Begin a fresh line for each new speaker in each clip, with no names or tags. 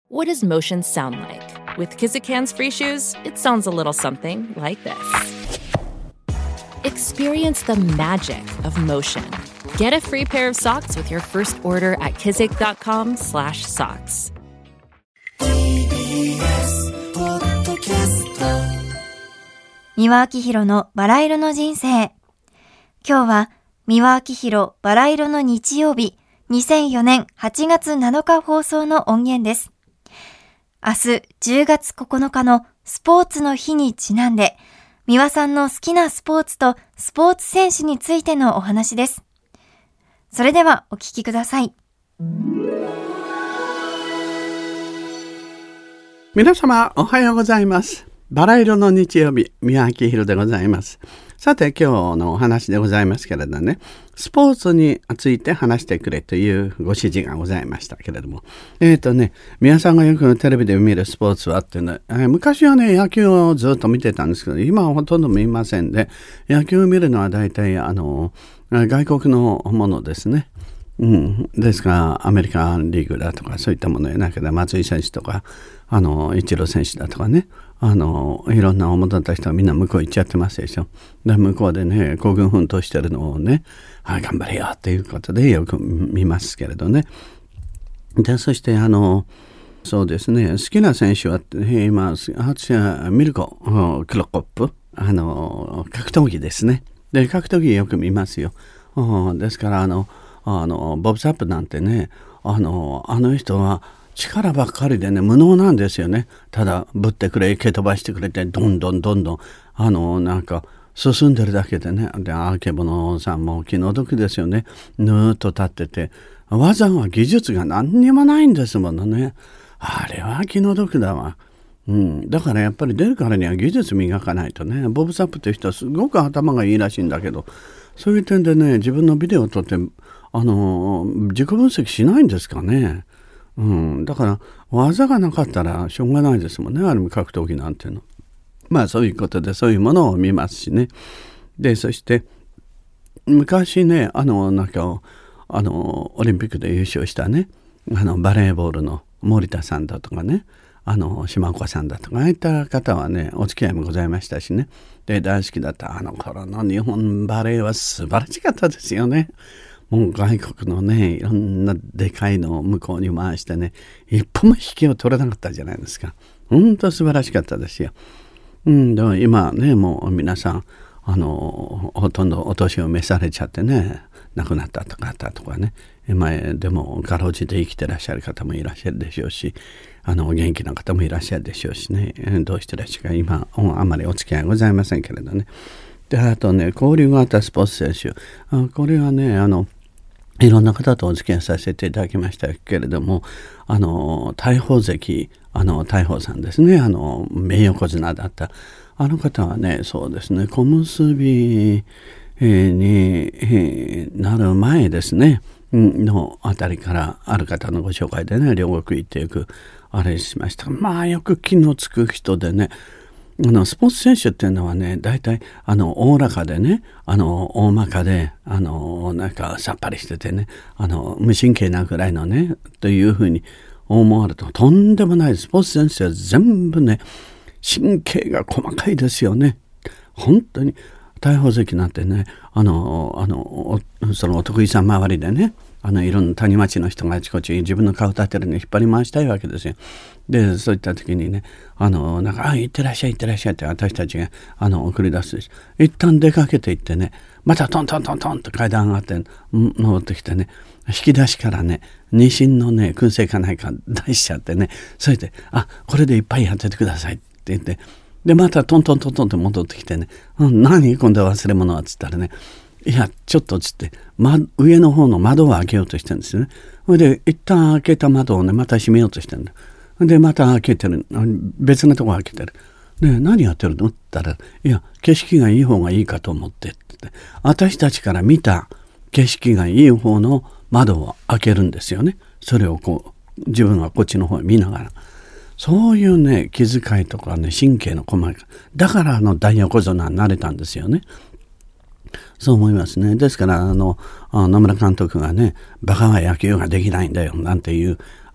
What does motion sound like? With Kizikans free shoes, it sounds a little something like this. Experience the magic of motion. Get a free pair of socks with your first order at kizik.com/socks.
TBS ポッドキャスト、
三輪明宏のバラ色の人生。今日は三輪明宏バラ色の日曜日、2004年8月7日放送の音源です。明日10月9日のスポーツの日にちなんで、三輪さんの好きなスポーツとスポーツ選手についてのお話です。それではお聞きください。
皆様おはようございます。バラ色の日曜日、三輪明宏でございます。さて今日のお話でございますけれどね、スポーツについて話してくれというご指示がございましたけれども、皆さんがよくテレビで見るスポーツはってね、昔はね野球をずっと見てたんですけど、今はほとんど見ませんで、野球を見るのは大体外国のものですね。ですからアメリカンリーグだとかそういったものやなければ松井選手とかイチロー選手だとかね、いろんな主だった人はみんな向こう行っちゃってますでしょ。で向こうでね孤軍奮闘してるのをね、頑張れよっていうことでよく見ますけれどね。でそしてそうですね、好きな選手は今私はミルコ・クロコップ格闘技ですね。で格闘技よく見ますよ。ですからボブ・サップなんてね、あの人は力ばっかりでね無能なんですよね。ただぶってくれ蹴飛ばしてくれてどんどんなんか進んでるだけでね。であけぼのさんも気の毒ですよね。ぬーっと立ってて技は技術が何にもないんですものね。あれは気の毒だわ。だからやっぱり出るからには技術磨かないとね。ボブ・サップという人はすごく頭がいいらしいんだけど、そういう点でね自分のビデオを撮って自己分析しないんですかね。だから技がなかったらしょうがないですもんね。あれも格闘技なんていうの。まあそういうことでそういうものを見ますしね。でそして昔ねオリンピックで優勝したねバレーボールの森田さんだとかね、島岡さんだとかああいった方はねお付き合いもございましたしね。で大好きだった頃の日本バレーは素晴らしかったですよね。もう外国のねいろんなでかいのを向こうに回してね一歩も引きを取れなかったじゃないですか。本当素晴らしかったですよ。でも今ねもう皆さんほとんどお年を召されちゃってね亡くなった方とかね、前でもかろうじて生きてらっしゃる方もいらっしゃるでしょうし、お元気な方もいらっしゃるでしょうしね、どうしてらっしゃるか今あんまりお付き合いございませんけれどね。であとね交流型スポーツ選手、これはねいろんな方とお付き合いさせていただきましたけれども、大鵬関大鵬さんですね、名横綱だった方はね、そうですね小結びになる前ですねのあたりからある方のご紹介でね両国行っていくあれしました。まあよく気のつく人でね、スポーツ選手っていうのはね大体おおらかでね大まかでなんかさっぱりしててね無神経なぐらいのねというふうに思われるととんでもない。スポーツ選手は全部ね神経が細かいですよね。本当に大鵬関なんてねそのお得意さん周りでねいろんな谷町の人があちこち自分の顔立てるのに引っ張り回したいわけですよ。でそういった時にねなんか行ってらっしゃい行ってらっしゃいって私たちが送り出すし、一旦出かけていってねまたトントントントンと階段上がって登ってきてね引き出しからねニシンのね燻製かないか出しちゃってね、それでこれでいっぱいやっててくださいって言って、でまたトントントントンって戻ってきてね、何今度は忘れ物はっつったらね、いやちょっとつって、上の方の窓を開けようとしてるんですよね。それで一旦開けた窓をねまた閉めようとしてるんだ。でまた開けてる、別のとこ開けてる。で何やってるのって言ったら、いや景色がいい方がいいかと思ってって言って、私たちから見た景色がいい方の窓を開けるんですよね。それを自分はこっちの方を見ながら、そういうね気遣いとかね神経の細かい、だから大横綱になれたんですよね。そう思いますね。ですから野村監督がねバカは野球ができないんだよなんていう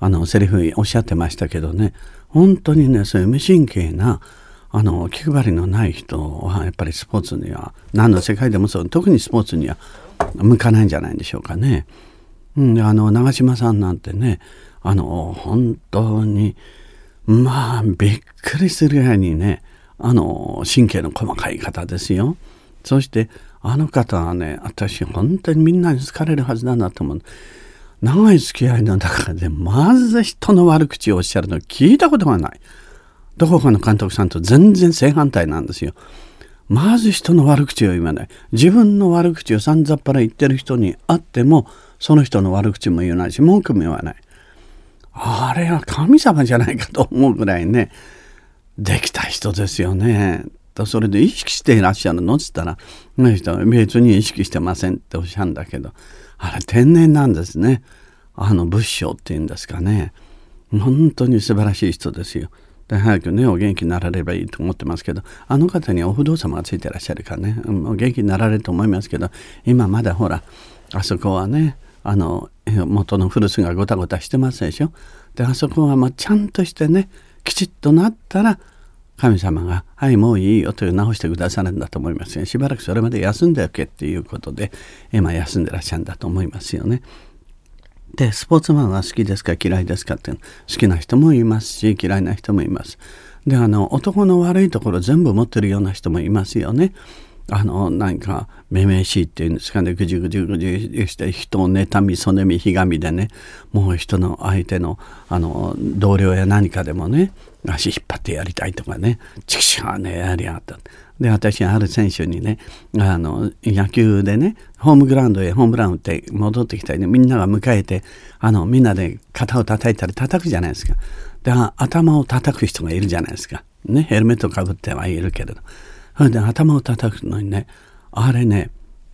セリフおっしゃってましたけどね、本当にね、そういう無神経な気配りのない人はやっぱりスポーツには、何の世界でもそう、特にスポーツには向かないんじゃないでしょうかね。長嶋さんなんてね、本当にまあびっくりするぐらいにね、神経の細かい方ですよ。そして方はね、私本当にみんなに好かれるはずだなと思う。長い付き合いの中でまず人の悪口をおっしゃるの聞いたことがない。どこかの監督さんと全然正反対なんですよ。まず人の悪口を言わない。自分の悪口をさんざっぱら言ってる人に会っても、その人の悪口も言わないし、文句も言わない。あれは神様じゃないかと思うぐらいね、できた人ですよね。それで意識していらっしゃるのって言ったら、この人は別に意識してませんっておっしゃるんだけど、あれ天然なんですね。仏性っていうんですかね。本当に素晴らしい人ですよ。で早くねお元気にならればいいと思ってますけど、方にはお不動様がついてらっしゃるからね、お元気になられると思いますけど、今まだほらあそこはね元の古巣がごたごたしてますでしょ。であそこはちゃんとしてねきちっとなったら神様がはいもういいよという直してくださるんだと思いますね。しばらくそれまで休んでおけっていうことで今休んでらっしゃるんだと思いますよね。でスポーツマンは好きですか嫌いですかって好きな人もいますし嫌いな人もいます。で男の悪いところ全部持ってるような人もいますよね。なんかめめしいっていうんですかね、ぐじゅぐじゅぐじゅして人を妬みそねみひがみでね、もう人の相手の同僚や何かでもね足引っ張ってやりたいとかね、チクシャーねやりやがった。で私ある選手にね野球でねホームグラウンドへホームラン打って戻ってきたりね、みんなが迎えてみんなで肩を叩いたり叩くじゃないですか。で頭を叩く人がいるじゃないですかね、ヘルメットかぶってはいるけれど、それで頭を叩くのにね、あれね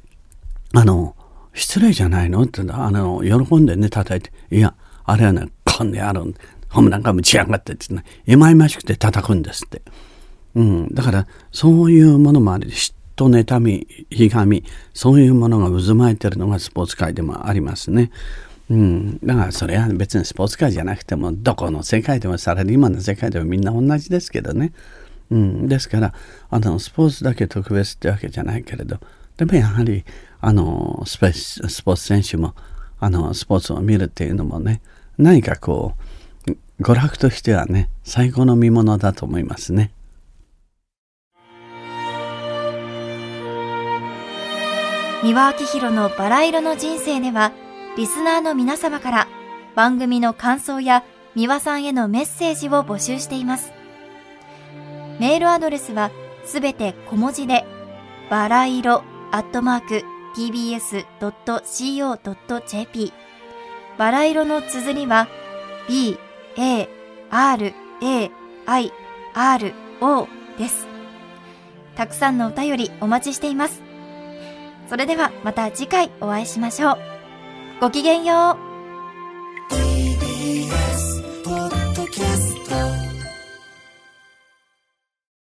失礼じゃないのって喜んでね叩いて、いやあれはねこんであるホームランが打ち上がってってね、いまいましくて叩くんですって。だからそういうものもあり、嫉妬妬みひがみ、そういうものが渦巻いてるのがスポーツ界でもありますね。だからそれは別にスポーツ界じゃなくてもどこの世界でもサラリーマンの世界でもみんな同じですけどね。ですからスポーツだけ特別ってわけじゃないけれど、でもやはりスポーツ選手もスポーツを見るっていうのもね、何かこう娯楽としてはね最高の見物だと思いますね。
三輪明宏のバラ色の人生では、リスナーの皆様から番組の感想や三輪さんへのメッセージを募集しています。メールアドレスはすべて小文字で、バラ色@tbs.co.jp。バラ色の綴りは BARAIRO です。たくさんのお便りお待ちしています。それではまた次回お会いしましょう。ごきげんよう。
TBS ポッドキャスト